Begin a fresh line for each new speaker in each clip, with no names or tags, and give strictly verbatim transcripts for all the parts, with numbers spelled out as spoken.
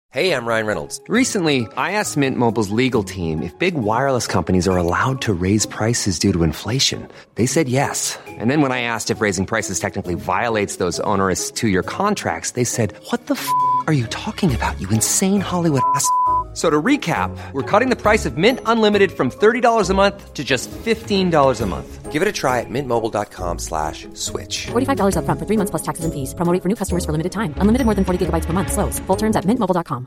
Hey, I'm Ryan Reynolds.
Recently, I asked Mint Mobile's legal team if big wireless companies are allowed to raise prices due to inflation. They said yes. And then when I asked if raising prices technically violates those onerous two-year contracts, they said, what the f*** are you talking about, you insane Hollywood ass f- So to recap, we're cutting the price of Mint Unlimited from thirty dollars a month to just fifteen dollars a month.
Give it a try at mintmobile.com slash switch.
forty-five dollars up front for three months plus taxes and fees. Promo rate for new customers for limited time. Unlimited more than forty gigabytes per month. Slows full terms at mint mobile dot com.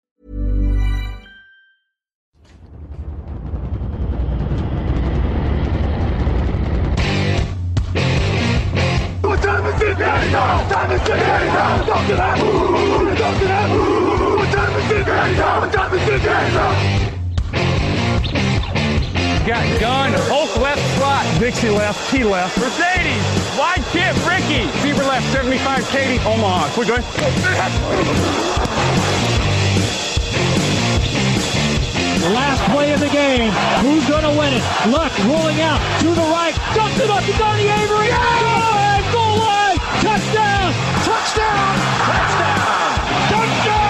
What time is it now? What time is it now? Talk to that. Talk to that. What time is it now? What time is it now?
Got gun, Hulk left slot.
Dixie left, T left.
Mercedes, wide chip, Ricky. Fever left, seventy-five, Katie, Omaha. We're good.
The last play of the game. Who's going to win it? Luck rolling out to the right. Dumps it up to Donnie Avery. Yeah! Goal line, goal line. Touchdown. Touchdown. Touchdown. Touchdown.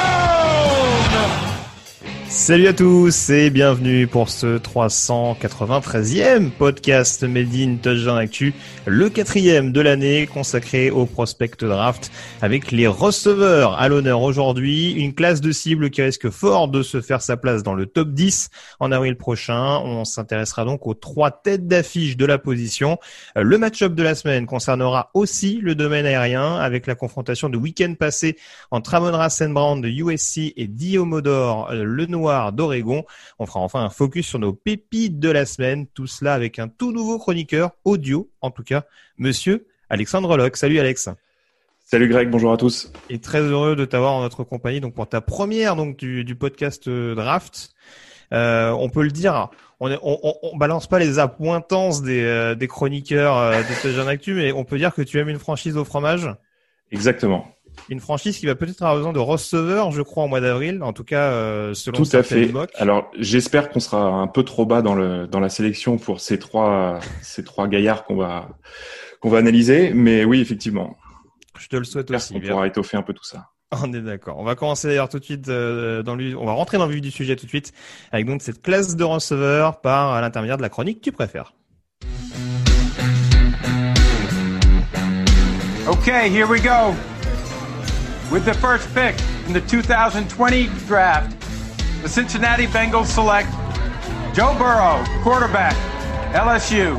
Salut à tous et bienvenue pour ce trois cent quatre-vingt-treizième podcast Made in Touchdown Actu, le quatrième de l'année consacré au prospect draft avec les receveurs à l'honneur aujourd'hui. Une classe de cible qui risque fort de se faire sa place dans le top dix en avril prochain. On s'intéressera donc aux trois têtes d'affiche de la position. Le match-up de la semaine concernera aussi le domaine aérien avec la confrontation du week-end passé entre Amon-Ra Saint Brown de U S C et Diomodor le Noir d'Oregon. On fera enfin un focus sur nos pépites de la semaine, tout cela avec un tout nouveau chroniqueur audio, en tout cas, monsieur Alexandre Locke. Salut Alex.
Salut Greg, bonjour à tous.
Et très heureux de t'avoir en notre compagnie donc pour ta première donc du, du podcast Draft. Euh, on peut le dire, on, est, on, on, on balance pas les appointances des, euh, des chroniqueurs euh, de Touchdown Actu, mais on peut dire que tu aimes une franchise au fromage.
Exactement.
Une franchise qui va peut-être avoir besoin de receveurs, je crois, en mois d'avril. En tout cas, euh, selon
tout à fait.
Mock.
Alors, j'espère qu'on sera un peu trop bas dans le dans la sélection pour ces trois ces trois gaillards qu'on va qu'on va analyser. Mais oui, effectivement.
Je te le souhaite
j'espère
aussi.
qu'on pourra étoffer un peu tout ça.
On est d'accord. On va commencer d'ailleurs tout de suite euh, dans le, on va rentrer dans le vif du sujet tout de suite avec donc cette classe de receveurs par l'intermédiaire de la chronique tu préfères.
Okay, here we go. With the first pick in the two thousand twenty draft, the Cincinnati Bengals select Joe Burrow, quarterback, L S U.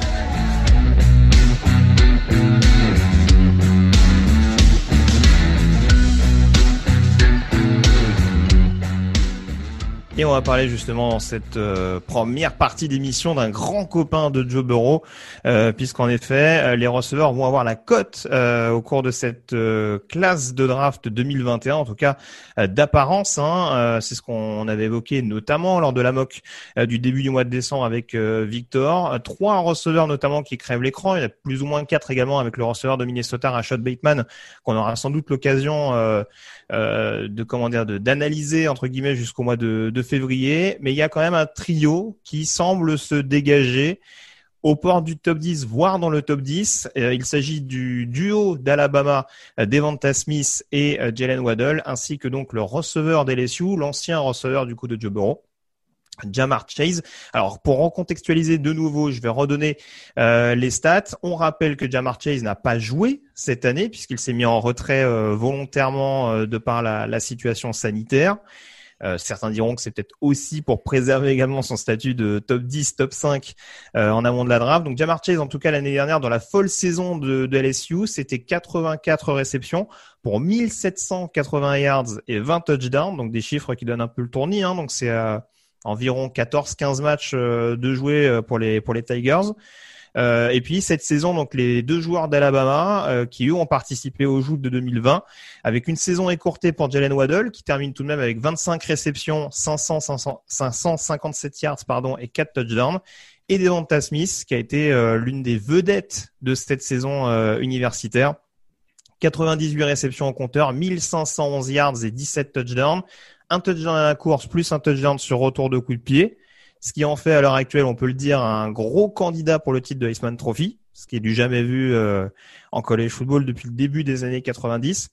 Et on va parler justement dans cette euh, première partie d'émission d'un grand copain de Joe Burrow, euh, puisqu'en effet, euh, les receveurs vont avoir la cote euh, au cours de cette euh, classe de draft deux mille vingt et un, en tout cas euh, d'apparence. Hein, euh, c'est ce qu'on avait évoqué notamment lors de la mock euh, du début du mois de décembre avec euh, Victor. Euh, trois receveurs notamment qui crèvent l'écran. Il y en a plus ou moins quatre également avec le receveur de Minnesota, Rashad Bateman, qu'on aura sans doute l'occasion euh, euh, de comment dire de d'analyser entre guillemets jusqu'au mois de, de février, mais il y a quand même un trio qui semble se dégager aux portes du top dix, voire dans le top dix. Euh, il s'agit du duo d'Alabama, euh, Devonta Smith et euh, Jalen Waddle, ainsi que donc le receveur d'L S U, l'ancien receveur du coup de Joe Burrow, Ja'Marr Chase. Alors, pour recontextualiser de nouveau, je vais redonner euh, les stats. On rappelle que Ja'Marr Chase n'a pas joué cette année puisqu'il s'est mis en retrait euh, volontairement euh, de par la, la situation sanitaire. Euh, certains diront que c'est peut-être aussi pour préserver également son statut de top dix, top cinq euh, en amont de la draft. Donc Ja'Marr Chase, en tout cas l'année dernière, dans la folle saison de, de L S U, c'était quatre-vingt-quatre réceptions pour mille sept cent quatre-vingts yards et vingt touchdowns, donc des chiffres qui donnent un peu le tournis. Hein, donc c'est euh, environ quatorze quinze matchs euh, de jouer pour les pour les Tigers. Euh, et puis cette saison, donc les deux joueurs d'Alabama euh, qui eux ont participé au joutes de deux mille vingt, avec une saison écourtée pour Jalen Waddle qui termine tout de même avec vingt-cinq réceptions, cinq cents, cinq cents, cinq cent cinquante-sept yards pardon et quatre touchdowns, et Devonta Smith qui a été euh, l'une des vedettes de cette saison euh, universitaire. quatre-vingt-dix-huit réceptions au compteur, mille cinq cent onze yards et dix-sept touchdowns, un touchdown à la course plus un touchdown sur retour de coup de pied. Ce qui en fait à l'heure actuelle, on peut le dire, un gros candidat pour le titre de Heisman Trophy, ce qui est du jamais vu euh, en college football depuis le début des années quatre-vingt-dix.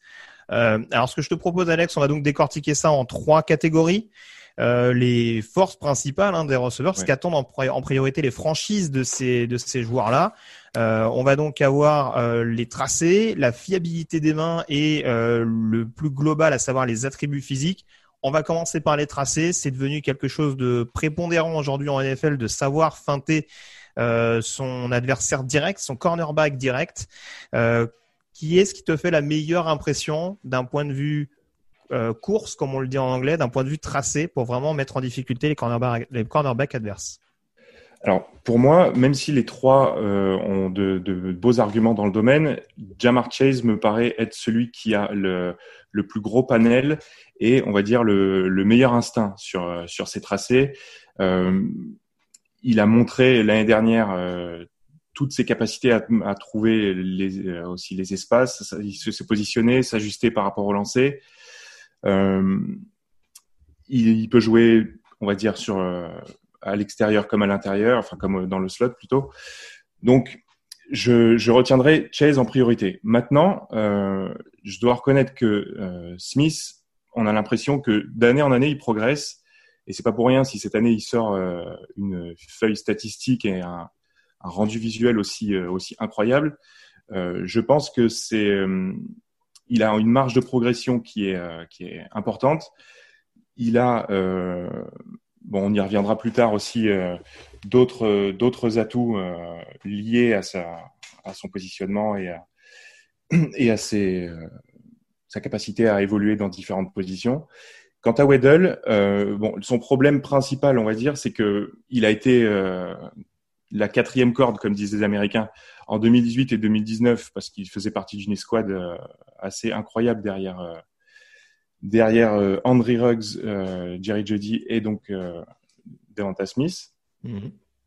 Euh, alors, ce que je te propose, Alex, on va donc décortiquer ça en trois catégories. Euh, les forces principales hein, des receveurs, ouais. Ce qu'attendent en, en priorité les franchises de ces de ces joueurs-là. Euh, on va donc avoir euh, les tracés, la fiabilité des mains et euh, le plus global, à savoir les attributs physiques. On va commencer par les tracés. C'est devenu quelque chose de prépondérant aujourd'hui en N F L de savoir feinter euh, son adversaire direct, son cornerback direct. Euh, qui est-ce qui te fait la meilleure impression d'un point de vue Euh, course, comme on le dit en anglais, d'un point de vue tracé, pour vraiment mettre en difficulté les cornerbacks, les cornerbacks adverses?
Alors, pour moi, même si les trois euh, ont de, de beaux arguments dans le domaine, Ja'Marr Chase me paraît être celui qui a le, le plus gros panel et, on va dire, le, le meilleur instinct sur, sur ses tracés. Euh, il a montré l'année dernière euh, toutes ses capacités à, à trouver les, aussi les espaces, il se positionner, s'ajuster par rapport au lancer. Euh, il, il peut jouer, on va dire, sur euh, à l'extérieur comme à l'intérieur, enfin comme dans le slot plutôt. Donc, je, je retiendrai Chase en priorité. Maintenant, euh, je dois reconnaître que euh, Smith, on a l'impression que d'année en année, il progresse. Et c'est pas pour rien si cette année il sort euh, une feuille statistique et un, un rendu visuel aussi euh, aussi incroyable. Euh, je pense que c'est euh, il a une marge de progression qui est euh, qui est importante. Il a euh, bon, on y reviendra plus tard aussi euh, d'autres euh, d'autres atouts euh, liés à sa à son positionnement et à et à ses euh, sa capacité à évoluer dans différentes positions. Quant à Weddle, euh, bon, son problème principal, on va dire, c'est que il a été euh, la quatrième corde, comme disent les Américains, en deux mille dix-huit et deux mille dix-neuf, parce qu'il faisait partie d'une escouade euh, assez incroyable derrière euh, derrière euh, Henry Ruggs, euh, Jerry Jeudy et donc euh, Devonta Smith. Mm-hmm.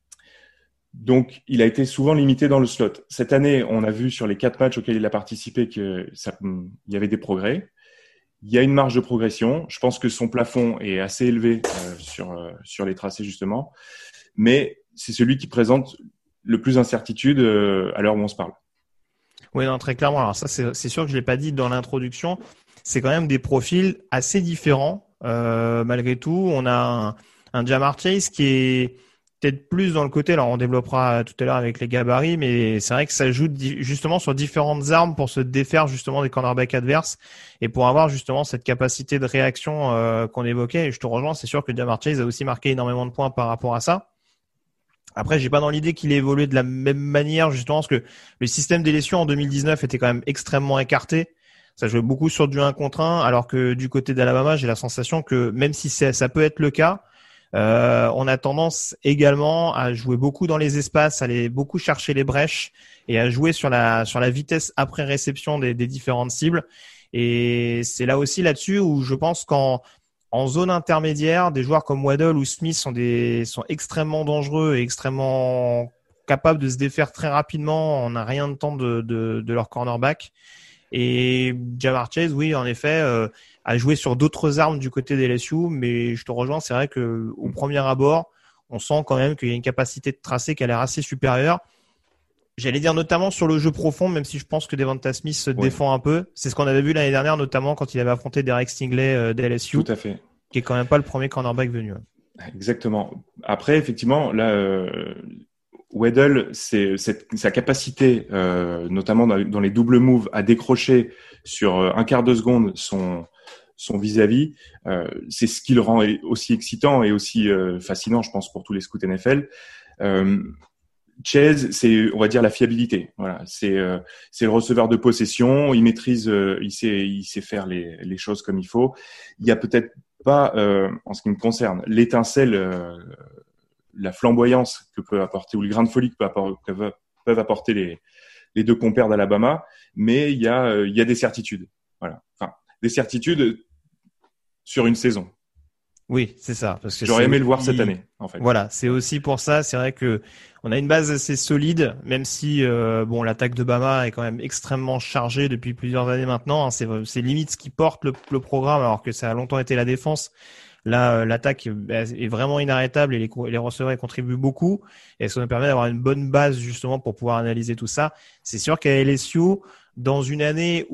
Donc, il a été souvent limité dans le slot. Cette année, on a vu sur les quatre matchs auxquels il a participé que ça, il y avait des progrès. Il y a une marge de progression. Je pense que son plafond est assez élevé euh, sur euh, sur les tracés justement, mais c'est celui qui présente le plus d'incertitude euh, à l'heure où on se parle.
Oui, non, très clairement. Alors ça, c'est, c'est sûr que je l'ai pas dit dans l'introduction. C'est quand même des profils assez différents euh, malgré tout. On a un, un Ja'Marr Chase qui est peut-être plus dans le côté, alors on développera tout à l'heure avec les gabarits, mais c'est vrai que ça joue di- justement sur différentes armes pour se défaire justement des cornerbacks adverses et pour avoir justement cette capacité de réaction euh, qu'on évoquait. Et je te rejoins, c'est sûr que Ja'Marr Chase a aussi marqué énormément de points par rapport à ça. Après, j'ai pas dans l'idée qu'il ait évolué de la même manière justement parce que le système des L S U en deux mille dix-neuf était quand même extrêmement écarté. Ça jouait beaucoup sur du un contre un, alors que du côté d'Alabama, j'ai la sensation que même si c'est, ça peut être le cas, Euh, on a tendance également à jouer beaucoup dans les espaces, à aller beaucoup chercher les brèches et à jouer sur la sur la vitesse après réception des, des différentes cibles. Et c'est là aussi là-dessus où je pense qu'en en zone intermédiaire, des joueurs comme Waddle ou Smith sont des sont extrêmement dangereux et extrêmement capables de se défaire très rapidement en un rien de temps de de, de leur cornerback. Et Ja'Marr Chase, oui, en effet, euh, a joué sur d'autres armes du côté des L S U, mais je te rejoins, c'est vrai que au premier abord, on sent quand même qu'il y a une capacité de tracer qui a l'air assez supérieure. J'allais dire notamment sur le jeu profond, même si je pense que Devonta Smith se oui. défend un peu. C'est ce qu'on avait vu l'année dernière, notamment quand il avait affronté Derek Stingley euh, des L S U.
Tout à fait.
Qui est quand même pas le premier cornerback venu.
Exactement. Après, effectivement, là, euh, Weddle, c'est, c'est sa capacité, euh, notamment dans, dans les doubles moves, à décrocher sur un quart de seconde son son vis-à-vis, euh, c'est ce qui le rend aussi excitant et aussi euh, fascinant, je pense, pour tous les scouts N F L. Euh, Chase, c'est, on va dire, la fiabilité. Voilà, c'est euh, c'est le receveur de possession. Il maîtrise, euh, il sait, il sait faire les les choses comme il faut. Il y a peut-être pas, euh, en ce qui me concerne, l'étincelle, euh, la flamboyance que peut apporter ou le grain de folie que, peut apporter, que peuvent apporter les les deux compères d'Alabama, mais il y a euh, il y a des certitudes. Voilà, enfin des certitudes sur une saison.
Oui, c'est ça. Parce que
j'aurais aimé
aussi...
le voir cette année, en fait.
Voilà, c'est aussi pour ça. C'est vrai que on a une base assez solide, même si euh, bon, l'attaque de Bama est quand même extrêmement chargée depuis plusieurs années maintenant. Hein. C'est, c'est limite ce qui porte le, le programme, alors que ça a longtemps été la défense. Là, l'attaque est vraiment inarrêtable et les, les receveurs y contribuent beaucoup. Et ça nous permet d'avoir une bonne base justement pour pouvoir analyser tout ça. C'est sûr qu'à L S U, dans une année où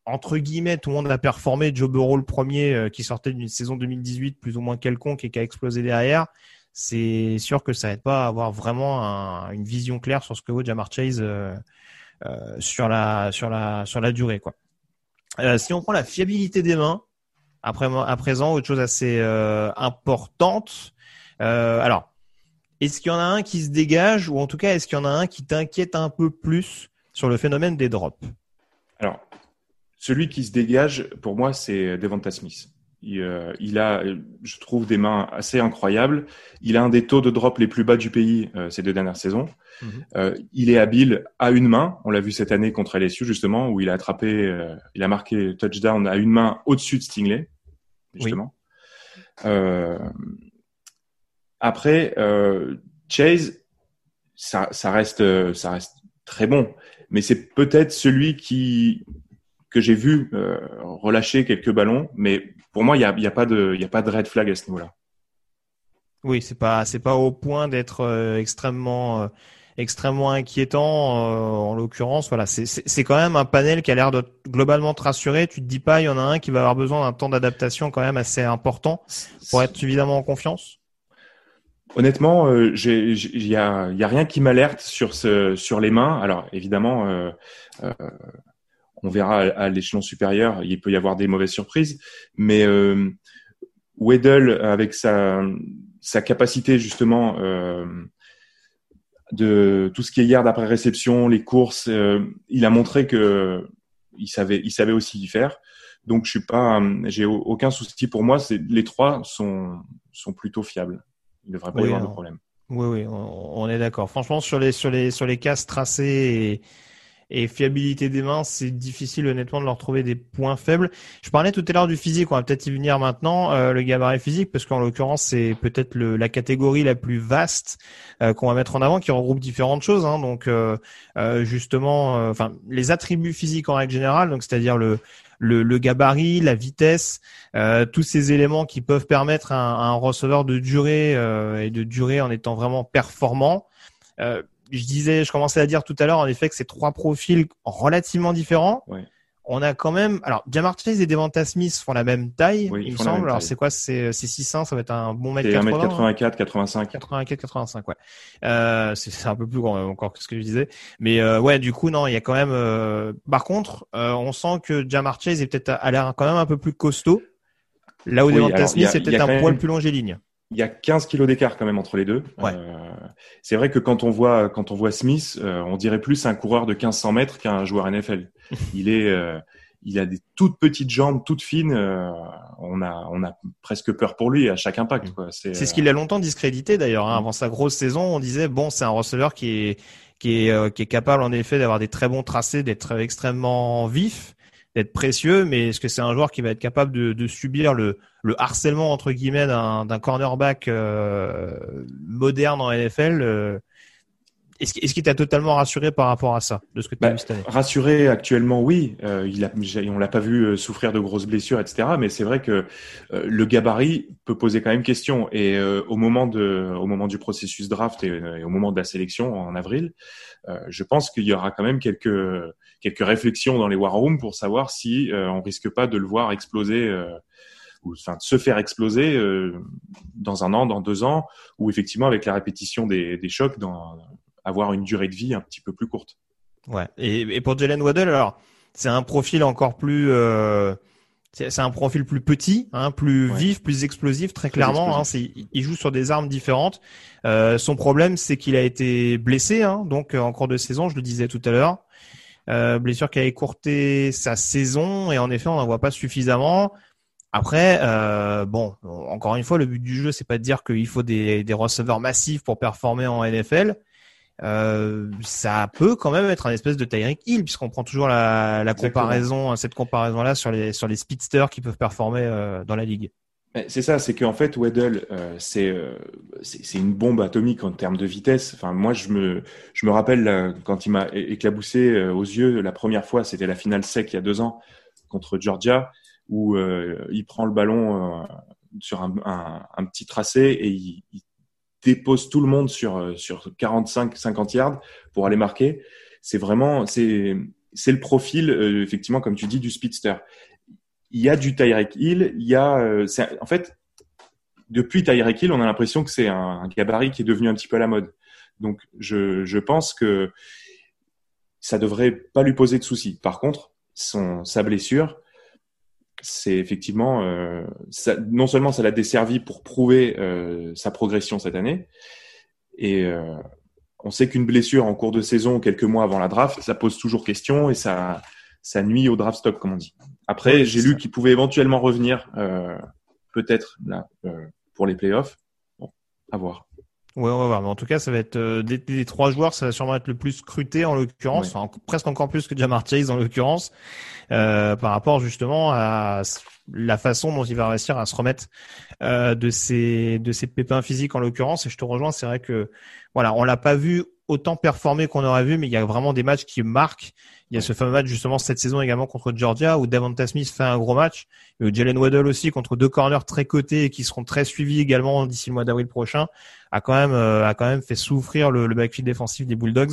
entre guillemets, tout le monde a performé. Joe Burrow, le premier, euh, qui sortait d'une saison deux mille dix-huit plus ou moins quelconque et qui a explosé derrière, c'est sûr que ça aide pas à avoir vraiment un, une vision claire sur ce que vaut Ja'Marr Chase euh, euh, sur la sur la sur la durée, quoi. Euh, si on prend la fiabilité des mains, après à présent, autre chose assez euh, importante. Euh, alors, est-ce qu'il y en a un qui se dégage, ou en tout cas, est-ce qu'il y en a un qui t'inquiète un peu plus sur le phénomène des drops?
Alors, celui qui se dégage, pour moi, c'est Devonta Smith. Il, euh, il a, je trouve, des mains assez incroyables. Il a un des taux de drop les plus bas du pays euh, ces deux dernières saisons. Mm-hmm. Euh, il est habile à une main. On l'a vu cette année contre L S U, justement, où il a attrapé, euh, il a marqué touchdown à une main au-dessus de Stingley, justement. Oui. Euh, après, euh, Chase, ça, ça reste, ça reste très bon, mais c'est peut-être celui qui que j'ai vu euh, relâcher quelques ballons, mais pour moi, il y a, y a pas de, il y a pas de red flag à ce niveau-là.
Oui, c'est pas, c'est pas au point d'être euh, extrêmement, euh, extrêmement inquiétant. Euh, en l'occurrence, voilà, c'est, c'est, c'est quand même un panel qui a l'air de globalement te rassurer. Tu te dis pas, il y en a un qui va avoir besoin d'un temps d'adaptation quand même assez important pour être suffisamment en confiance.
Honnêtement, euh, j'ai, il y a, il y a rien qui m'alerte sur ce, sur les mains. Alors évidemment. Euh, euh, On verra à l'échelon supérieur, il peut y avoir des mauvaises surprises, mais euh, Weddle, avec sa, sa capacité justement euh, de tout ce qui est yard après réception, les courses, euh, il a montré que il savait, il savait aussi y faire. Donc je suis pas, j'ai aucun souci pour moi. C'est, les trois sont sont plutôt fiables. Il ne devrait pas oui, y avoir non. de problème.
Oui, oui, on, on est d'accord. Franchement, sur les sur les sur les cases tracées et Et fiabilité des mains, c'est difficile honnêtement de leur trouver des points faibles. Je parlais tout à l'heure du physique, on va peut-être y venir maintenant, euh, le gabarit physique, parce qu'en l'occurrence, c'est peut-être le, la catégorie la plus vaste euh, qu'on va mettre en avant, qui regroupe différentes choses. Hein, donc, euh, euh, justement, enfin, euh, les attributs physiques en règle générale, donc c'est-à-dire le le, le gabarit, la vitesse, euh, tous ces éléments qui peuvent permettre à un, à un receveur de durer euh, et de durer en étant vraiment performant. Euh, Je disais, je commençais à dire tout à l'heure, en effet, que c'est trois profils relativement différents.
Ouais.
On a quand même, alors, Ja'Marr Chase et Devonta Smith font la même taille,
oui,
il me semble. Alors, c'est quoi? C'est, c'est six cents, ça va être un bon mètre
quatre-vingts.
quatre-vingts.
un mètre quatre-vingt-quatre, quatre-vingt-cinq.
quatre-vingt-quatre, quatre-vingt-cinq, ouais. Euh, c'est, c'est un peu plus grand encore que ce que je disais. Mais, euh, ouais, du coup, non, il y a quand même, euh, par contre, euh, on sent que Ja'Marr Chase est peut-être, a l'air quand même un peu plus costaud. Là où oui, Devonta Smith, c'est peut-être un poil même... plus longiligne.
Il y a quinze kilos d'écart quand même entre les deux.
Ouais.
Euh, c'est vrai que quand on voit quand on voit Smith, euh, on dirait plus un coureur de mille cinq cents mètres qu'un joueur N F L. Il est, euh, il a des toutes petites jambes, toutes fines. Euh, on a, on a presque peur pour lui à chaque impact, quoi. C'est,
c'est ce qu'il a longtemps discrédité d'ailleurs. Hein. Avant sa grosse saison, on disait bon, c'est un receveur qui est, qui est, euh, qui est capable en effet d'avoir des très bons tracés, d'être extrêmement vif, d'être précieux, mais est-ce que c'est un joueur qui va être capable de, de subir le, le harcèlement entre guillemets d'un, d'un cornerback euh, moderne en N F L euh, Est-ce, est-ce qu'il t'a totalement rassuré par rapport à ça, de ce que tu as
bah,
vu cette année?
Rassuré actuellement, oui. Euh, il a, on l'a pas vu souffrir de grosses blessures, et cetera. Mais c'est vrai que euh, le gabarit peut poser quand même question. Et euh, au moment de, au moment du processus draft et, et au moment de la sélection en avril, euh, je pense qu'il y aura quand même quelques quelques réflexions dans les war rooms pour savoir si euh, on risque pas de le voir exploser. Euh, ou enfin de se faire exploser euh, dans un an, dans deux ans, ou effectivement avec la répétition des, des chocs, dans, avoir une durée de vie un petit peu plus courte.
Ouais. Et, et pour Jalen Waddle, alors c'est un profil encore plus, euh, c'est, c'est un profil plus petit, hein, plus ouais. vif, plus explosif, très plus clairement. Explosif. Hein, c'est, il joue sur des armes différentes. Euh, son problème, c'est qu'il a été blessé, hein, donc en cours de saison, je le disais tout à l'heure. Euh, blessure qui a écourté sa saison et en effet, on n'en voit pas suffisamment. Après, euh, bon, encore une fois, le but du jeu, c'est pas de dire qu'il faut des, des receveurs massifs pour performer en N F L. Euh, ça peut quand même être un espèce de Tyreek Hill, puisqu'on prend toujours la, la comparaison, cette comparaison-là sur les sur les speedsters qui peuvent performer euh, dans la ligue.
C'est ça, c'est qu'en fait, Weddle, euh, c'est, euh, c'est c'est une bombe atomique en termes de vitesse. Enfin, moi, je me je me rappelle là, quand il m'a éclaboussé euh, aux yeux la première fois, c'était la finale sec il y a deux ans contre Georgia, où euh, il prend le ballon euh, sur un, un, un petit tracé et il, il dépose tout le monde sur sur quarante-cinq cinquante yards pour aller marquer. C'est vraiment c'est c'est le profil, euh, effectivement, comme tu dis, du speedster. Il y a du Tyreek Hill, il y a, euh, c'est, en fait, depuis Tyreek Hill, on a l'impression que c'est un, un gabarit qui est devenu un petit peu à la mode. Donc, je, je pense que ça devrait pas lui poser de soucis. Par contre, son, sa blessure, c'est effectivement, euh, ça, non seulement ça l'a desservi pour prouver euh, sa progression cette année, et euh, on sait qu'une blessure en cours de saison, quelques mois avant la draft, ça pose toujours question et ça, ça nuit au draft stock, comme on dit. Après, oui, j'ai lu qu'il pouvait éventuellement revenir, euh, peut-être là euh, pour les playoffs. Bon, à voir.
Ouais, on va voir. Mais en tout cas, ça va être euh, des, des trois joueurs, ça va sûrement être le plus scruté en l'occurrence, ouais. enfin, presque encore plus que Ja'Marr Chase en l'occurrence, euh, par rapport justement à la façon dont il va réussir à se remettre euh, de ses de ses pépins physiques en l'occurrence. Et je te rejoins, c'est vrai que voilà, on l'a pas vu autant performer qu'on aurait vu, mais il y a vraiment des matchs qui marquent. Il y a ce fameux match justement cette saison également contre Georgia où Devonta Smith fait un gros match, et où Jalen Waddle aussi contre deux corners très cotés et qui seront très suivis également d'ici le mois d'avril prochain, a quand même euh, a quand même fait souffrir le, le backfield défensif des Bulldogs.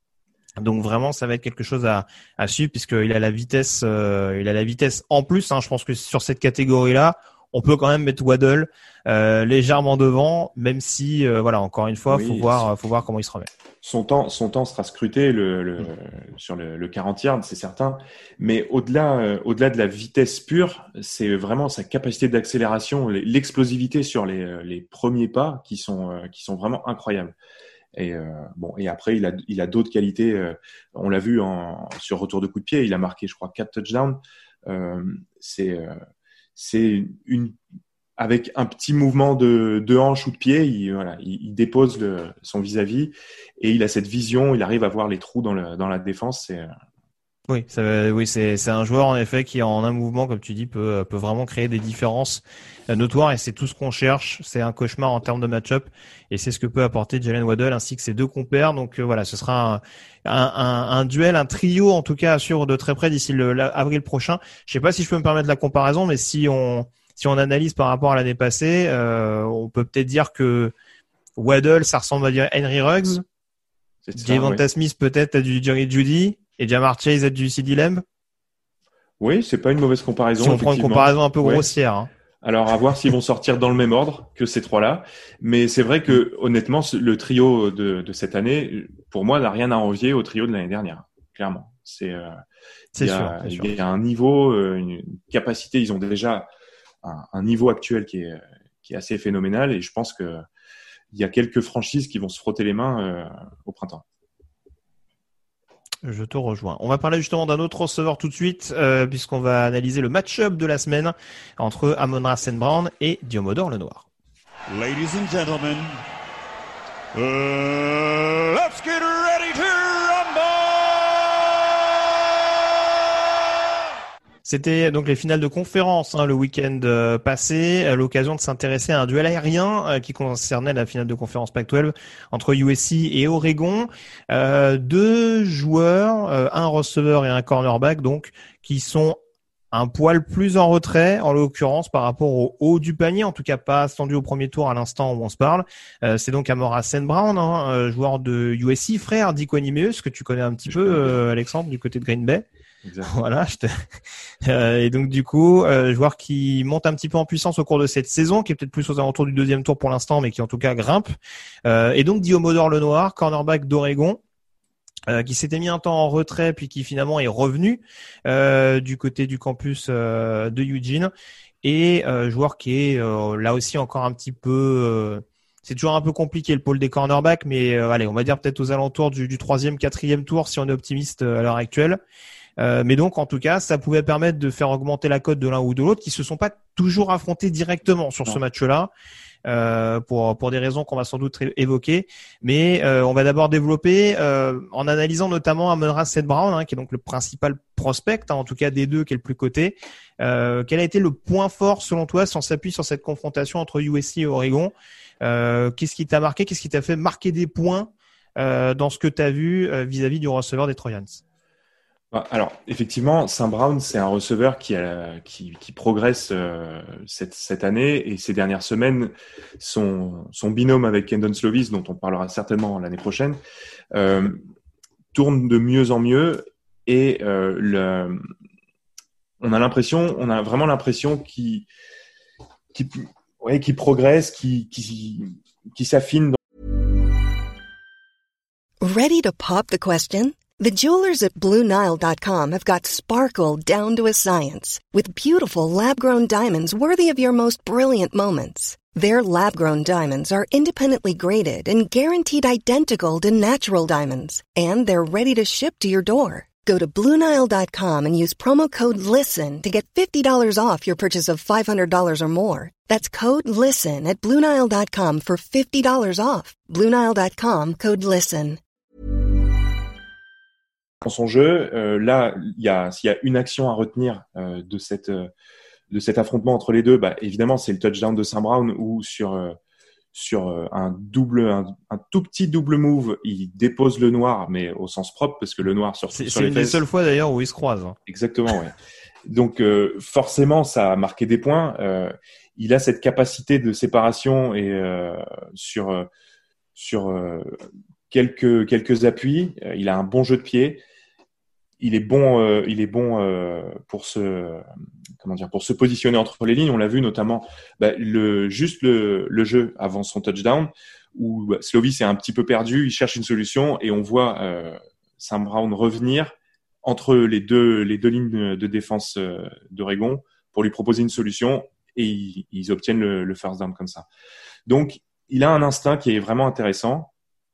Donc vraiment, ça va être quelque chose à, à suivre puisqu'il a la vitesse, euh, il a la vitesse en plus. Hein, je pense que sur cette catégorie-là, on peut quand même mettre Waddle euh, légèrement devant, même si euh, voilà, encore une fois, oui, faut voir, faut voir comment il se remet.
Son temps, son temps sera scruté le, le, mmh. sur le, le quarante yards, c'est certain. Mais au-delà, euh, au-delà de la vitesse pure, c'est vraiment sa capacité d'accélération, l'explosivité sur les, les premiers pas qui sont, euh, qui sont vraiment incroyables. Et euh, bon, et après, il a, il a d'autres qualités. Euh, on l'a vu en, sur retour de coup de pied, il a marqué, je crois, quatre touchdowns. Euh, c'est, euh, c'est une avec un petit mouvement de, de hanche ou de pied, il, voilà, il, il dépose le, son vis-à-vis et il a cette vision, il arrive à voir les trous dans, le, dans la défense. C'est,
oui, ça, oui, c'est, c'est un joueur en effet qui en un mouvement, comme tu dis, peut, peut vraiment créer des différences notoires et c'est tout ce qu'on cherche. C'est un cauchemar en termes de match-up et c'est ce que peut apporter Jalen Waddle ainsi que ses deux compères. Donc euh, voilà, ce sera un, un, un, un duel, un trio en tout cas à suivre de très près d'ici le, l'avril prochain. Je sais pas si je peux me permettre la comparaison, mais si on Si on analyse par rapport à l'année passée, euh, on peut peut-être dire que Waddle, ça ressemble à dire Henry Ruggs. Devonta ouais. Smith peut-être à du Jerry Jeudy et Ja'Marr Chase à du CeeDee Lamb.
Oui, c'est pas une mauvaise comparaison.
Si on prend une comparaison un peu
ouais.
grossière. Hein.
Alors, à voir s'ils vont sortir dans le même ordre que ces trois-là. Mais c'est vrai que, honnêtement, le trio de, de cette année, pour moi, n'a rien à envier au trio de l'année dernière. Clairement. C'est, euh,
c'est
il y a,
sûr. C'est sûr.
Il y a un niveau, une capacité. Ils ont déjà un, un niveau actuel qui est, qui est assez phénoménal. Et je pense que il y a quelques franchises qui vont se frotter les mains euh, au printemps.
Je te rejoins. On va parler justement d'un autre receveur tout de suite, euh, puisqu'on va analyser le match-up de la semaine entre Amon-Ra Saint Brown et Diomodor Lenoir.
Ladies and gentlemen, uh, let's get ready to rumble!
C'était donc les finales de conférence hein, le week-end euh, passé, à l'occasion de s'intéresser à un duel aérien euh, qui concernait la finale de conférence Pac douze entre U S C et Oregon. Euh, deux joueurs, euh, un receveur et un cornerback, donc qui sont un poil plus en retrait, en l'occurrence par rapport au haut du panier, en tout cas pas attendu au premier tour à l'instant où on se parle. Euh, c'est donc Amon-Ra Saint Brown, hein, euh, joueur de U S C, frère d'Ikwanimeus, que tu connais un petit peu, euh, Alexandre, du côté de Green Bay. Exactement. Voilà, je te... euh, et donc du coup, euh, joueur qui monte un petit peu en puissance au cours de cette saison, qui est peut-être plus aux alentours du deuxième tour pour l'instant, mais qui en tout cas grimpe. Euh, et donc Diomodor Lenoir, cornerback d'Oregon, euh, qui s'était mis un temps en retrait, puis qui finalement est revenu euh, du côté du campus euh, de Eugene, et euh, joueur qui est euh, là aussi encore un petit peu... Euh, c'est toujours un peu compliqué le pôle des cornerbacks, mais euh, allez, on va dire peut-être aux alentours du, du troisième, quatrième tour si on est optimiste euh, à l'heure actuelle. Euh, mais donc, en tout cas, ça pouvait permettre de faire augmenter la cote de l'un ou de l'autre, qui se sont pas toujours affrontés directement sur non. ce match-là, euh, pour pour des raisons qu'on va sans doute évoquer. Mais euh, on va d'abord développer euh, en analysant notamment Amon-Ra Saint Brown, hein, qui est donc le principal prospect, hein, en tout cas des deux, qui est le plus coté. Euh, quel a été le point fort selon toi, si on s'appuie sur cette confrontation entre U S C et Oregon? Euh, qu'est-ce qui t'a marqué? Qu'est-ce qui t'a fait marquer des points euh, dans ce que tu as vu euh, vis-à-vis du receveur des Trojans?
Alors, effectivement, Saint Brown, c'est un receveur qui, a, qui, qui progresse euh, cette, cette année et ces dernières semaines, son, son binôme avec Kendon Slovis, dont on parlera certainement l'année prochaine, euh, tourne de mieux en mieux. et euh, le, on a l'impression, on a vraiment l'impression qu'il, qu'il, ouais, qu'il progresse, qu'il, qu'il, qu'il s'affine. Dans...
Ready to pop the question? The jewelers at Blue Nile dot com have got sparkle down to a science with beautiful lab-grown diamonds worthy of your most brilliant moments. Their lab-grown diamonds are independently graded and guaranteed identical to natural diamonds, and they're ready to ship to your door. Go to Blue Nile dot com and use promo code LISTEN to get fifty dollars off your purchase of five hundred dollars or more. That's code LISTEN at Blue Nile dot com for fifty dollars off. Blue Nile dot com, code LISTEN.
Dans son jeu, euh, là, il y a, s'il y a une action à retenir euh, de cette euh, de cet affrontement entre les deux, bah évidemment c'est le touchdown de Saint Brown où sur euh, sur euh, un double un, un tout petit double move, il dépose le noir, mais au sens propre parce que le noir sur
c'est,
sur
c'est
les
une
fesses.
des seules fois d'ailleurs où ils se croisent.
Exactement, ouais. Donc euh, forcément ça a marqué des points. Euh, il a cette capacité de séparation et euh, sur euh, sur euh, quelques quelques appuis, euh, il a un bon jeu de pied. Il est bon, euh, il est bon euh, pour se, comment dire, pour se positionner entre les lignes. On l'a vu notamment, bah, le juste le, le jeu avant son touchdown où bah, Slovis est un petit peu perdu, il cherche une solution et on voit euh, Sam Brown revenir entre les deux les deux lignes de défense euh, d'Oregon pour lui proposer une solution et ils, ils obtiennent le, le first down comme ça. Donc il a un instinct qui est vraiment intéressant.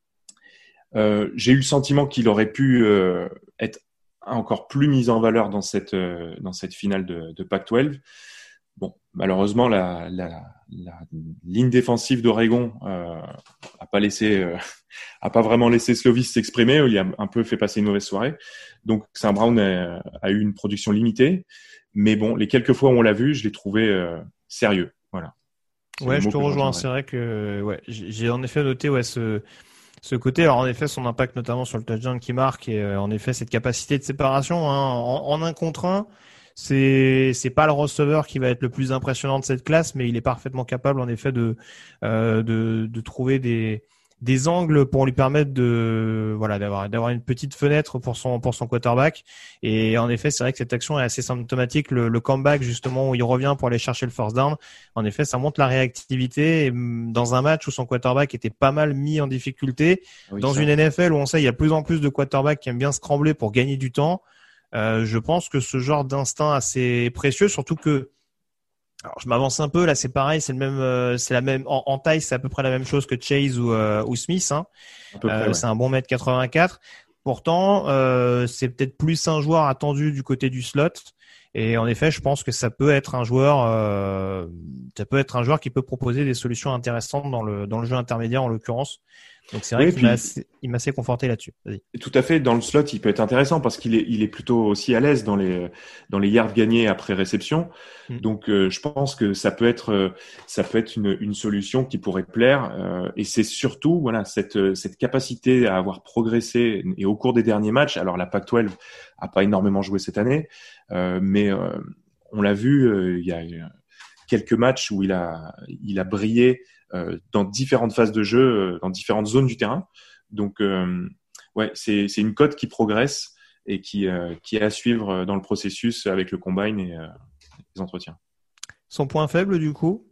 Euh, j'ai eu le sentiment qu'il aurait pu euh, être encore plus mise en valeur dans cette euh, dans cette finale de, de Pac douze. Bon, malheureusement la la, la ligne défensive d'Oregon euh, a pas laissé euh, a pas vraiment laissé Slovis s'exprimer. Il a un peu fait passer une mauvaise soirée. Donc Saint Brown a, a eu une production limitée, mais bon, les quelques fois où on l'a vu, je l'ai trouvé euh, sérieux. Voilà. C'est
ouais, je te rejoins. C'est vrai que ouais, j'ai, j'ai en effet noté ouais ce Ce côté, alors en effet, son impact notamment sur le touchdown qui marque et euh, en effet cette capacité de séparation hein, en, en un contre un, c'est c'est pas le receveur qui va être le plus impressionnant de cette classe, mais il est parfaitement capable en effet de euh, de, de trouver des des angles pour lui permettre de voilà d'avoir d'avoir une petite fenêtre pour son pour son quarterback. Et en effet, c'est vrai que cette action est assez symptomatique. Le, le comeback justement où il revient pour aller chercher le first down, en effet, ça montre la réactivité. Et dans un match où son quarterback était pas mal mis en difficulté, oui, dans ça. Une N F L où on sait il y a de plus en plus de quarterbacks qui aiment bien scrambler pour gagner du temps, euh, je pense que ce genre d'instinct assez précieux, surtout que alors je m'avance un peu là, c'est pareil, c'est le même, euh, c'est la même en, en taille, c'est à peu près la même chose que Chase ou, euh, ou Smith. Hein. À peu près, euh, ouais. C'est un bon mètre quatre-vingt-quatre. Pourtant, euh, c'est peut-être plus un joueur attendu du côté du slot. Et en effet, je pense que ça peut être un joueur, euh, ça peut être un joueur qui peut proposer des solutions intéressantes dans le dans le jeu intermédiaire en l'occurrence. Donc c'est vrai oui, qu'il m'a assez, il m'a assez conforté là-dessus. Vas-y.
Tout à fait, dans le slot, il peut être intéressant parce qu'il est il est plutôt aussi à l'aise dans les dans les yards gagnés après réception. Mm. Donc euh, je pense que ça peut être euh, ça peut être une une solution qui pourrait plaire euh, et c'est surtout voilà cette cette capacité à avoir progressé et au cours des derniers matchs. Alors la Pac douze a pas énormément joué cette année, euh, mais euh, on l'a vu euh, il y a quelques matchs où il a il a brillé euh, dans différentes phases de jeu, euh, dans différentes zones du terrain. Donc euh, ouais, c'est c'est une cote qui progresse et qui euh, qui est à suivre dans le processus avec le combine et euh, les entretiens.
Son point faible du coup?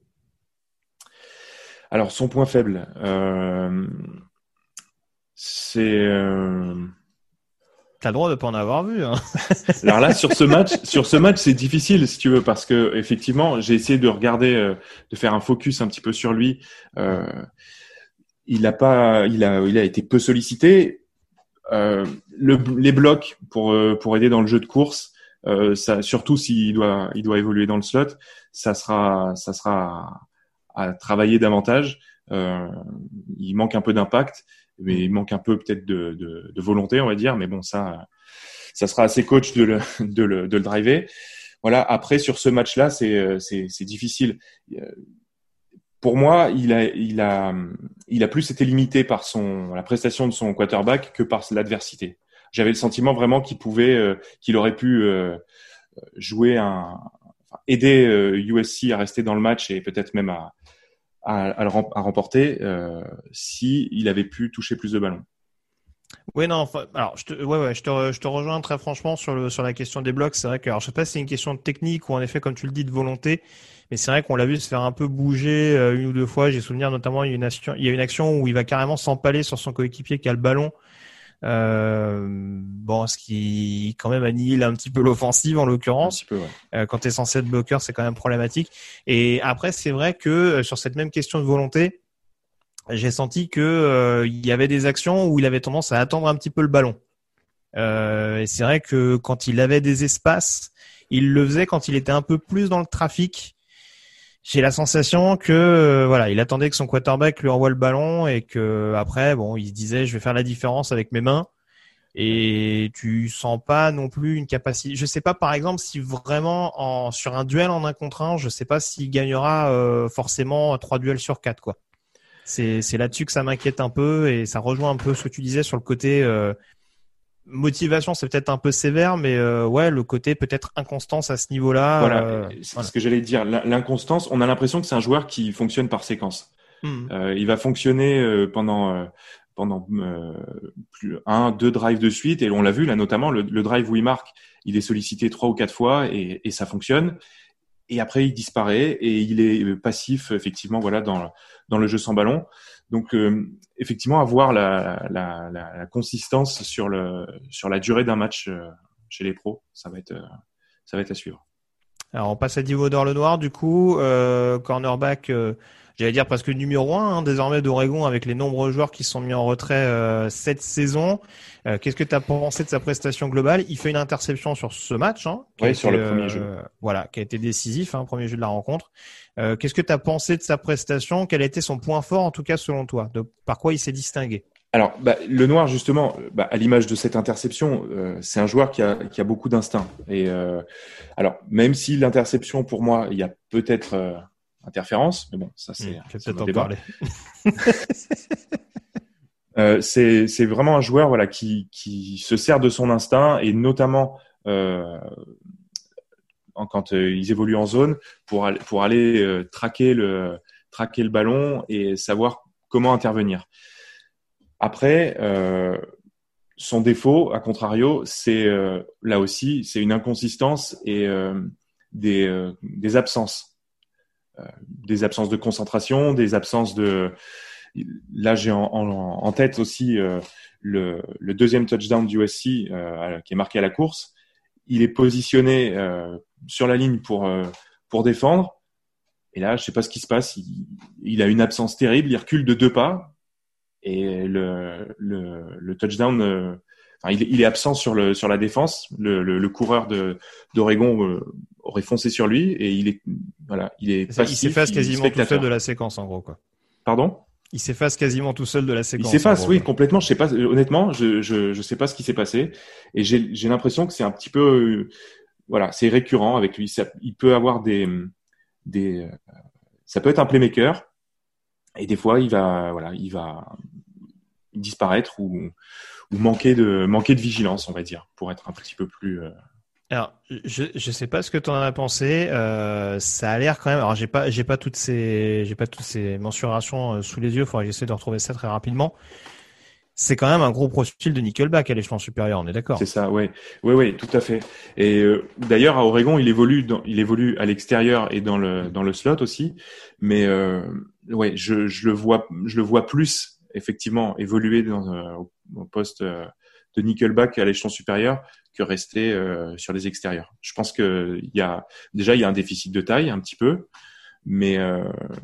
Alors son point faible, euh, c'est euh...
T'as le droit de pas en avoir vu, hein.
Alors là, sur ce match, sur ce match, c'est difficile si tu veux, parce que effectivement, j'ai essayé de regarder, euh, de faire un focus un petit peu sur lui. Euh, il a pas, il a, il a été peu sollicité. Euh, le, les blocs pour pour aider dans le jeu de course, euh, ça, surtout s'il doit, il doit évoluer dans le slot, ça sera, ça sera à, à travailler davantage. Euh, il manque un peu d'impact. Mais il manque un peu peut-être de, de, de volonté, on va dire. Mais bon, ça, ça sera à ses coachs de le, de le, de le driver. Voilà. Après, sur ce match-là, c'est, c'est, c'est difficile. Pour moi, il a, il a, il a plus été limité par son, la prestation de son quarterback que par l'adversité. J'avais le sentiment vraiment qu'il pouvait, euh, qu'il aurait pu euh, jouer un, enfin, aider euh, U S C à rester dans le match et peut-être même à À, à, à remporter euh, si il avait pu toucher plus de ballons.
Oui, non, enfin, alors, je te, ouais, ouais, je te, je te rejoins très franchement sur le, sur la question des blocs. C'est vrai que, alors, je sais pas si c'est une question de technique ou en effet, comme tu le dis, de volonté, mais c'est vrai qu'on l'a vu se faire un peu bouger euh, une ou deux fois. J'ai souvenir notamment, il y a une action, il y a une action où il va carrément s'empaler sur son coéquipier qui a le ballon. Euh, bon, ce qui quand même annihile un petit peu l'offensive en l'occurrence.
Un petit peu, ouais.
Euh, quand t'es censé être bloqueur, c'est quand même problématique. Et après, c'est vrai que euh, sur cette même question de volonté, j'ai senti que euh, il y avait des actions où il avait tendance à attendre un petit peu le ballon. Euh, et c'est vrai que quand il avait des espaces, il le faisait quand il était un peu plus dans le trafic. J'ai la sensation que euh, voilà, il attendait que son quarterback lui envoie le ballon et que après, bon, il se disait je vais faire la différence avec mes mains. Et tu sens pas non plus une capacité. Je sais pas par exemple si vraiment en sur un duel en un contre un, je sais pas s'il gagnera euh, forcément trois duels sur quatre quoi. C'est, c'est là-dessus que ça m'inquiète un peu et ça rejoint un peu ce que tu disais sur le côté euh, motivation, c'est peut-être un peu sévère, mais euh, ouais, le côté peut-être inconstance à ce niveau-là.
Voilà,
euh,
c'est
voilà.
ce que j'allais dire. L'inconstance, on a l'impression que c'est un joueur qui fonctionne par séquence.
Mmh.
Euh, il va fonctionner euh, pendant euh, pendant euh, plus un, deux drives de suite, et on l'a vu là notamment le, le drive où il marque, il est sollicité trois ou quatre fois et, et ça fonctionne. Et après, il disparaît et il est passif, effectivement, voilà, dans dans le jeu sans ballon. Donc, euh, effectivement, avoir la, la, la, la consistance sur le sur la durée d'un match euh, chez les pros, ça va être euh, ça va être à suivre.
Alors, on passe à Divaudor Lenoir, du coup, euh, cornerback, euh, j'allais dire presque numéro un, hein, désormais d'Oregon, avec les nombreux joueurs qui sont mis en retrait euh, cette saison. Euh, qu'est-ce que tu as pensé de sa prestation globale? Il fait une interception sur ce match, hein, qui
oui,
a
sur
été,
le premier
euh,
jeu.
Voilà, qui a été décisif, hein, premier jeu de la rencontre. Euh, qu'est-ce que tu as pensé de sa prestation? Quel a été son point fort, en tout cas, selon toi? De, par quoi il s'est distingué?
Alors, bah, Lenoir, justement, bah, à l'image de cette interception, euh, c'est un joueur qui a, qui a beaucoup d'instinct. Et euh, alors, même si l'interception, pour moi, il y a peut-être euh, interférence, mais bon, ça c'est.
Mmh, je vais
c'est
peut-être en
débat.
parler.
euh, c'est, c'est vraiment un joueur, voilà, qui, qui se sert de son instinct et notamment euh, en, quand euh, ils évoluent en zone pour aller, pour aller euh, traquer le traquer le ballon et savoir comment intervenir. Après, euh, son défaut, à contrario, c'est euh, là aussi, c'est une inconsistance et euh, des, euh, des absences, euh, des absences de concentration, des absences de. Là, j'ai en, en, en tête aussi euh, le, le deuxième touchdown du U S C euh, qui est marqué à la course. Il est positionné euh, sur la ligne pour euh, pour défendre. Et là, je sais pas ce qui se passe. Il, il a une absence terrible. Il recule de deux pas. Et le, le, le touchdown, euh, enfin, il, il est absent sur le sur la défense. Le, le, le coureur de d'Oregon euh, aurait foncé sur lui et il est voilà, il est passif.
Il s'efface quasiment
spectateur.
tout seul de la séquence, en gros, quoi.
Pardon ?
Il s'efface quasiment tout seul de la séquence.
Il s'efface,
en gros,
oui,
quoi.
complètement. Je sais pas, honnêtement, je je je sais pas ce qui s'est passé et j'ai j'ai l'impression que c'est un petit peu, euh, voilà, c'est récurrent avec lui. Ça, il peut avoir des des, euh, ça peut être un playmaker et des fois il va voilà, il va disparaître ou, ou manquer de manquer de vigilance, on va dire, pour être un petit peu plus. Euh...
Alors, je je sais pas ce que tu en as pensé. Euh, ça a l'air quand même. Alors, j'ai pas j'ai pas toutes ces j'ai pas toutes ces mensurations euh, sous les yeux. Faudrait que j'essaie de retrouver ça très rapidement. C'est quand même un gros profil de nickelback à l'échelon supérieur. On est d'accord?
C'est ça, ouais, ouais, ouais, tout à fait. Et euh, d'ailleurs, à Oregon, il évolue dans, il évolue à l'extérieur et dans le dans le slot aussi. Mais euh, ouais, je je le vois je le vois plus. Effectivement, évoluer dans euh, au poste euh, de nickelback à l'échelon supérieur que rester euh, sur les extérieurs. Je pense que il y a déjà il y a un déficit de taille un petit peu, mais euh,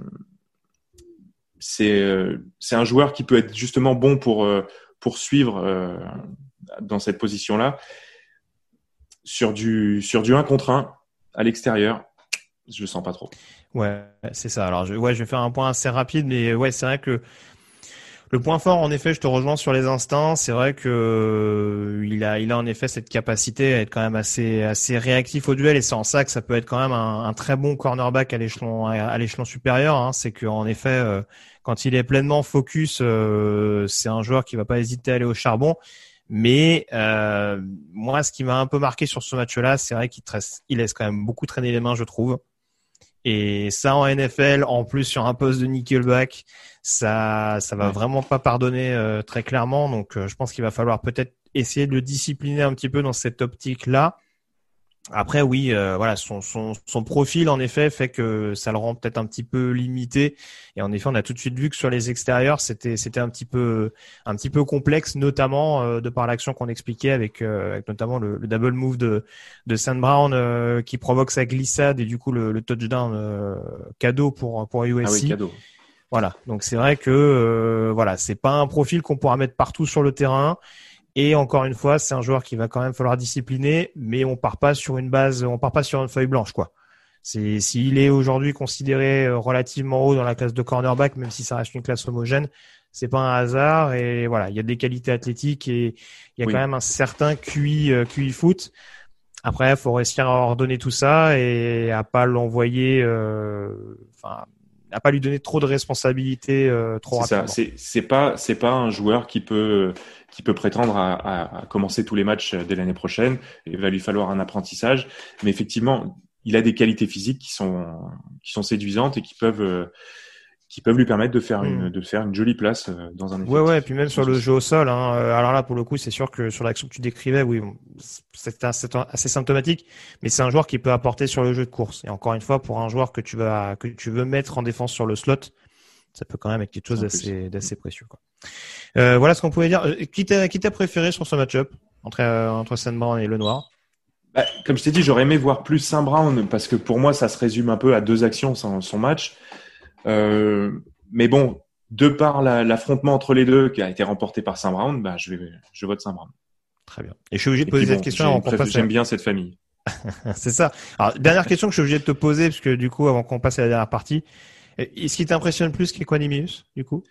c'est euh, c'est un joueur qui peut être justement bon pour euh, pour suivre euh, dans cette position-là sur du sur du un contre un à l'extérieur. Je le sens pas trop.
Ouais, c'est ça. Alors, je, ouais, je vais faire un point assez rapide, mais ouais, c'est vrai que le point fort, en effet, je te rejoins sur les instincts. C'est vrai que euh, il a, il a en effet cette capacité à être quand même assez, assez réactif au duel, et c'est en ça que ça peut être quand même un, un très bon cornerback à l'échelon, à l'échelon supérieur. Hein. C'est qu'en effet, euh, quand il est pleinement focus, euh, c'est un joueur qui va pas hésiter à aller au charbon. Mais euh, moi, ce qui m'a un peu marqué sur ce match-là, c'est vrai qu'il te reste, il laisse quand même beaucoup traîner les mains, je trouve. Et ça en N F L, en plus sur un poste de nickelback, ça, ça va ouais. vraiment pas pardonner euh, très clairement. Donc, euh, je pense qu'il va falloir peut-être essayer de le discipliner un petit peu dans cette optique-là. Après, oui, euh, voilà, son, son, son profil en effet fait que ça le rend peut-être un petit peu limité. Et en effet, on a tout de suite vu que sur les extérieurs, c'était, c'était un petit peu, un petit peu complexe, notamment euh, de par l'action qu'on expliquait avec, euh, avec notamment le, le double move de, de Saint Brown euh, qui provoque sa glissade et du coup le, le touchdown euh, cadeau pour pour U S C.
Ah oui, cadeau.
Voilà, donc c'est vrai que euh, voilà, c'est pas un profil qu'on pourra mettre partout sur le terrain. Et encore une fois, c'est un joueur qui va quand même falloir discipliner, mais on part pas sur une base, on part pas sur une feuille blanche, quoi. C'est, s'il est aujourd'hui considéré relativement haut dans la classe de cornerback, même si ça reste une classe homogène, c'est pas un hasard. Et voilà, il y a des qualités athlétiques et il y a oui. quand même un certain Q I, Q I foot. Après, il faut réussir à ordonner tout ça et à pas l'envoyer, euh, enfin, à pas lui donner trop de responsabilités euh, trop
c'est
rapidement.
Ça. C'est, c'est pas, c'est pas un joueur qui peut, qui peut prétendre à, à, à commencer tous les matchs dès l'année prochaine. Il va lui falloir un apprentissage, mais effectivement, il a des qualités physiques qui sont, qui sont séduisantes et qui peuvent, euh, qui peuvent lui permettre de faire une, mmh. de faire une jolie place dans un effectif.
Ouais, ouais, et puis même sur le jeu au sol, hein. Alors là, pour le coup, c'est sûr que sur l'action que tu décrivais, oui, c'est assez, assez symptomatique, mais c'est un joueur qui peut apporter sur le jeu de course. Et encore une fois, pour un joueur que tu vas, que tu veux mettre en défense sur le slot, ça peut quand même être quelque chose d'assez, d'assez précieux, quoi. Euh, voilà ce qu'on pouvait dire. Qui t'a, qui t'a préféré sur ce match-up entre, euh, entre Saint Brown et Lenoir?
Bah, comme je t'ai dit, j'aurais aimé voir plus Saint Brown parce que pour moi, ça se résume un peu à deux actions, son, son match. Euh, mais bon, de par la, l'affrontement entre les deux qui a été remporté par Saint Brown, bah, je vais, je vote Saint Brown.
Très bien. Et je suis obligé de poser
puis,
cette
bon,
question avant qu'on
préf-
passe.
J'aime à... bien cette famille.
C'est ça. Alors, dernière question que je suis obligé de te poser, parce que du coup, avant qu'on passe à la dernière partie, est-ce qui t'impressionne plus qu'Equanimous, du coup?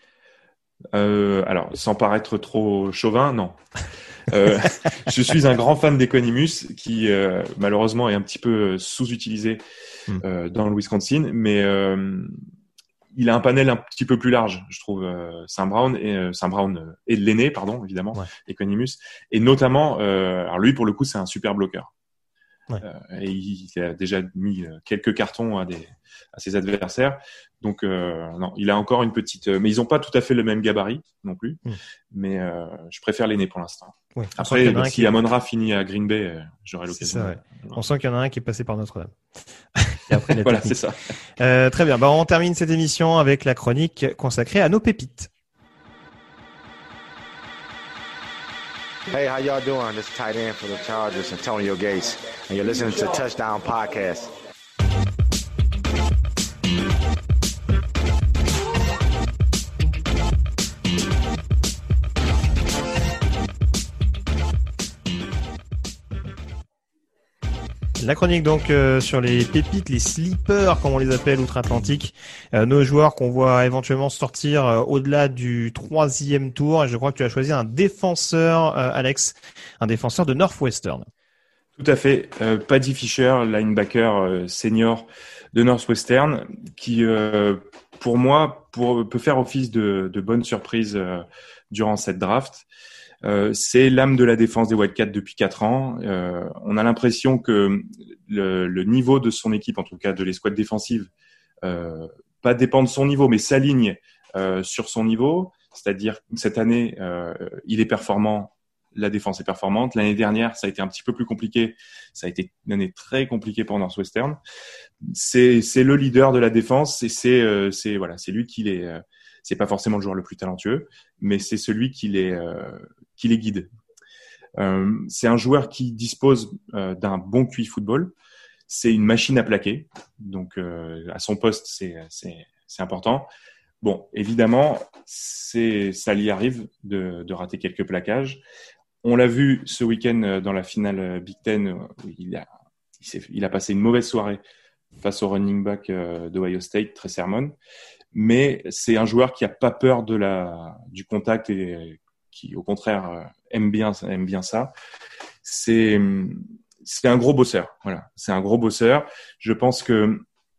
Euh, alors, sans paraître trop chauvin, non. Euh, je suis un grand fan d'Equanimous qui euh, malheureusement est un petit peu sous-utilisé euh, dans le Wisconsin, mais euh, il a un panel un petit peu plus large, je trouve, euh, Saint Brown et euh, Saint Brown euh, et l'aîné, pardon, évidemment, ouais. Equanimous, et notamment, euh, alors lui pour le coup c'est un super bloqueur. Ouais. Euh, et il, il a déjà mis quelques cartons à des à ses adversaires, donc euh, non, il a encore une petite, mais ils ont pas tout à fait le même gabarit non plus, mm. mais euh, je préfère l'aîné pour l'instant. Ouais. Après, bah, si qui... Amon-Ra finit à Green Bay, euh, j'aurai l'occasion.
C'est ça, ouais. On sent qu'il y en a un qui est passé par Notre-Dame. Et après,
voilà, c'est ça.
Euh, très bien. Bah, on termine cette émission avec la chronique consacrée à nos pépites.
Hey, how y'all doing? This is tight end for the Chargers, Antonio Gates, and you're listening to Touchdown Podcast.
La chronique donc euh, sur les pépites, les sleepers comme on les appelle outre-Atlantique, euh, nos joueurs qu'on voit éventuellement sortir euh, au-delà du troisième tour. Et je crois que tu as choisi un défenseur, euh, Alex, un défenseur de Northwestern.
Tout à fait, euh, Paddy Fisher, linebacker euh, senior de Northwestern, qui euh, pour moi pour, peut faire office de, de bonne surprise euh, durant cette draft. Euh, c'est l'âme de la défense des Wildcats depuis quatre ans. Euh, on a l'impression que le, le niveau de son équipe, en tout cas de l'escouade défensive, euh, pas dépend de son niveau, mais s'aligne euh, sur son niveau. C'est-à-dire que cette année, euh, il est performant, la défense est performante. L'année dernière, ça a été un petit peu plus compliqué. Ça a été une année très compliquée pour Northwestern. C'est, c'est le leader de la défense et c'est, euh, c'est voilà, c'est lui qui les. Euh, c'est pas forcément le joueur le plus talentueux, mais c'est celui qui les euh, qui les guide. Euh, c'est un joueur qui dispose euh, d'un bon Q I football. C'est une machine à plaquer, donc euh, à son poste, c'est c'est c'est important. Bon, évidemment, c'est ça lui arrive de de rater quelques plaquages. On l'a vu ce week-end dans la finale Big Ten, où il a il, s'est, il a passé une mauvaise soirée face au running back de Ohio State, Trey Sermon. Mais c'est un joueur qui a pas peur de la du contact et qui au contraire aime bien aime bien ça. C'est c'est un gros bosseur. Voilà, c'est un gros bosseur. Je pense que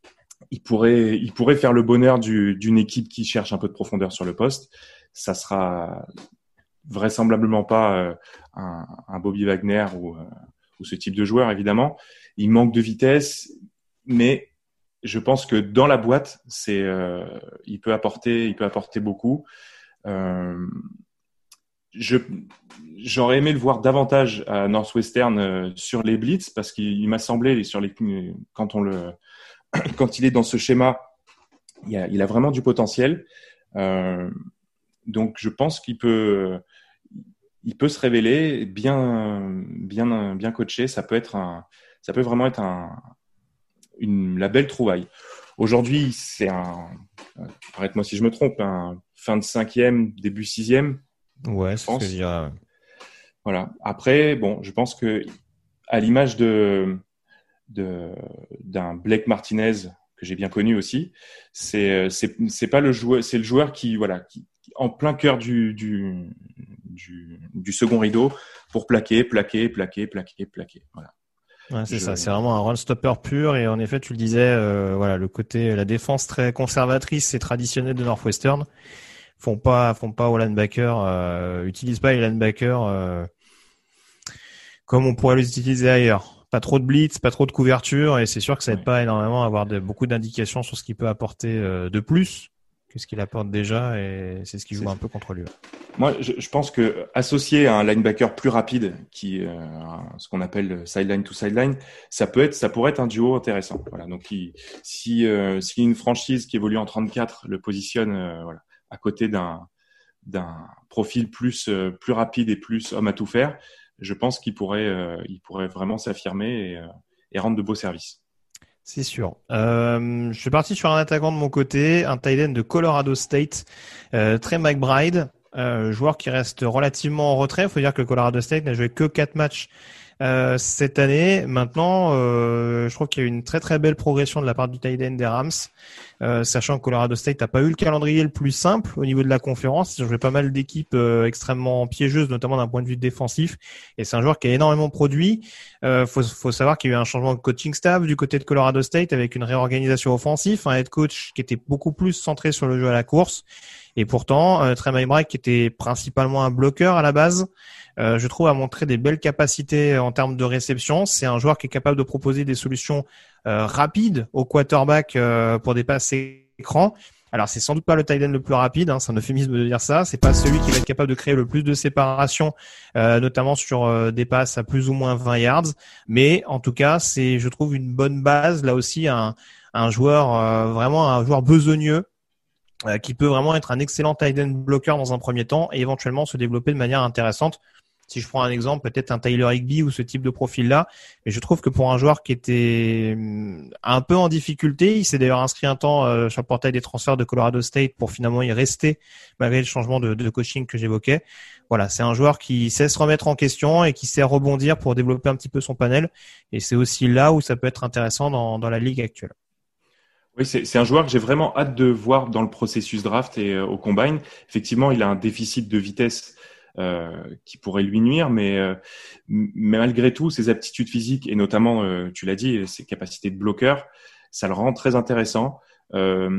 il pourrait il pourrait faire le bonheur du, d'une équipe qui cherche un peu de profondeur sur le poste. Ça sera vraisemblablement pas un, un Bobby Wagner ou ou ce type de joueur évidemment. Il manque de vitesse, mais je pense que dans la boîte, c'est, euh, il peut apporter, il peut apporter beaucoup. Euh, je, j'aurais aimé le voir davantage à Northwestern euh, sur les blitz parce qu'il il m'a semblé sur les, quand on le, quand il est dans ce schéma, il a, il a vraiment du potentiel. Euh, donc, je pense qu'il peut, il peut se révéler bien, bien, bien coaché. Ça peut être un, ça peut vraiment être un, une, la belle trouvaille. Aujourd'hui, c'est un, arrête-moi si je me trompe, un fin de cinquième, début sixième.
Ouais, c'est ce que je dirais.
Voilà. Après, bon, je pense que à l'image de, de d'un Blake Martinez que j'ai bien connu aussi, c'est c'est c'est pas le joueur, c'est le joueur qui voilà, qui en plein cœur du du du, du second rideau pour plaquer, plaquer, plaquer, plaquer, plaquer. Voilà.
Ouais, c'est
je...
ça, c'est vraiment un run stopper pur et en effet, tu le disais, euh, voilà, le côté, la défense très conservatrice et traditionnelle de Northwestern font pas, font pas aux linebackers, euh, utilisent pas les linebackers euh, comme on pourrait les utiliser ailleurs. Pas trop de blitz, pas trop de couverture et c'est sûr que ça aide ouais. pas énormément à avoir de, beaucoup d'indications sur ce qu'il peut apporter euh, de plus que ce qu'il apporte déjà et c'est ce qui joue c'est... un peu contre lui.
Moi, je, je pense que associé à un linebacker plus rapide, qui euh, ce qu'on appelle sideline to sideline, ça peut être, ça pourrait être un duo intéressant. Voilà. Donc, il, si euh, si une franchise qui évolue en trente-quatre le positionne, euh, voilà, à côté d'un d'un profil plus euh, plus rapide et plus homme à tout faire, je pense qu'il pourrait euh, il pourrait vraiment s'affirmer et, euh, et rendre de beaux services.
C'est sûr. Euh, je suis parti sur un attaquant de mon côté, un tight end de Colorado State, euh, Trey McBride. Euh, joueur qui reste relativement en retrait. Il faut dire que Colorado State n'a joué que quatre matchs euh, cette année. Maintenant, euh, je trouve qu'il y a eu une très très belle progression de la part du tight end des Rams, euh, sachant que Colorado State n'a pas eu le calendrier le plus simple au niveau de la conférence. Ils ont joué pas mal d'équipes euh, extrêmement piégeuses, notamment d'un point de vue défensif. Et c'est un joueur qui a énormément produit. Euh, faut, faut savoir qu'il y a eu un changement de coaching staff du côté de Colorado State avec une réorganisation offensive, un head coach qui était beaucoup plus centré sur le jeu à la course. Et pourtant, euh, Trey McBride, qui était principalement un bloqueur à la base, euh, je trouve a montré des belles capacités en termes de réception. C'est un joueur qui est capable de proposer des solutions euh, rapides au quarterback euh, pour des passes écran. Alors, c'est sans doute pas le tight end le plus rapide, hein, c'est un euphémisme de dire ça. C'est pas celui qui va être capable de créer le plus de séparation, euh, notamment sur euh, des passes à plus ou moins vingt yards. Mais en tout cas, c'est, je trouve, une bonne base. Là aussi, un, un joueur euh, vraiment un joueur besogneux. Euh, qui peut vraiment être un excellent tight end bloqueur dans un premier temps et éventuellement se développer de manière intéressante. Si je prends un exemple, peut-être un Tyler Higbee ou ce type de profil-là. Mais je trouve que pour un joueur qui était un peu en difficulté, il s'est d'ailleurs inscrit un temps euh, sur le portail des transferts de Colorado State pour finalement y rester malgré le changement de, de coaching que j'évoquais. Voilà, c'est un joueur qui sait se remettre en question et qui sait rebondir pour développer un petit peu son panel. Et c'est aussi là où ça peut être intéressant dans, dans la ligue actuelle.
Oui, c'est, c'est un joueur que j'ai vraiment hâte de voir dans le processus draft et euh, au combine. Effectivement, il a un déficit de vitesse euh, qui pourrait lui nuire, mais, euh, mais malgré tout, ses aptitudes physiques et notamment, euh, tu l'as dit, ses capacités de bloqueur, ça le rend très intéressant. Euh,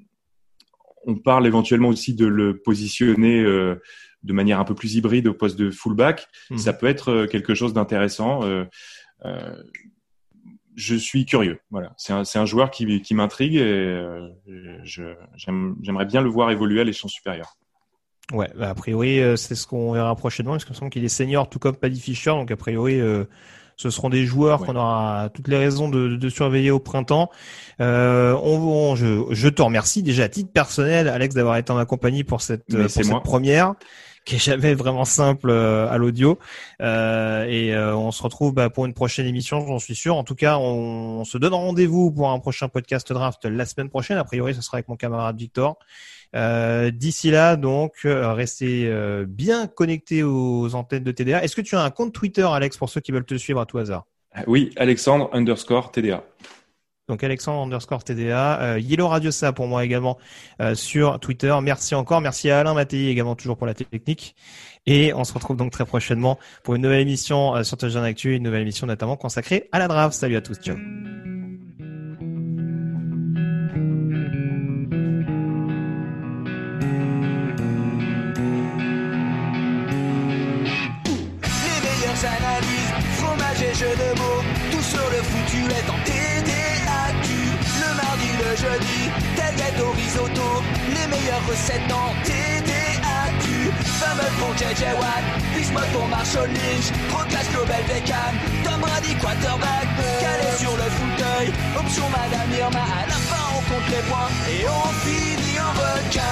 on parle éventuellement aussi de le positionner euh, de manière un peu plus hybride au poste de fullback. Mmh. Ça peut être quelque chose d'intéressant. Euh, euh, Je suis curieux. Voilà, c'est un c'est un joueur qui qui m'intrigue et euh, je j'aime, j'aimerais bien le voir évoluer à l'échelon supérieur.
Ouais, bah a priori euh, c'est ce qu'on verra prochainement parce qu'il me semble qu'il est senior tout comme Paddy Fisher, donc a priori euh, ce seront des joueurs ouais. qu'on aura toutes les raisons de, de surveiller au printemps. Euh, on, on je je te remercie déjà à titre personnel, Alex, d'avoir été en ma compagnie pour cette pour cette première, qui est jamais vraiment simple euh, à l'audio. Euh, et euh, on se retrouve bah, pour une prochaine émission, j'en suis sûr. En tout cas, on, on se donne rendez-vous pour un prochain podcast draft la semaine prochaine. A priori, ce sera avec mon camarade Victor. Euh, d'ici là, donc, euh, restez euh, bien connectés aux antennes de T D A. Est-ce que tu as un compte Twitter, Alex, pour ceux qui veulent te suivre à tout hasard?
Oui, Alexandre underscore T D A.
Donc Alexandre underscore T D A, euh, Yellow Radio Ça pour moi également euh, sur Twitter. Merci encore, merci à Alain Mattei également toujours pour la technique. Et on se retrouve donc très prochainement pour une nouvelle émission euh, sur Touchdown Actu, une nouvelle émission notamment consacrée à la draft. Salut à tous, ciao.
Les meilleures analyses, fromage et jeux de mots, tout sur le foutu est en T D A Q. Le mardi jeudi, tel gâteau risotto, les meilleures recettes en T D A Q. Fameux pour J J Watt, Bismuth pour Marshall Lynch, Proclash Global Beckham, Tom Brady quarterback, calé sur le fauteuil, option Madame Irma, à la fin on compte les points et on finit en vodka.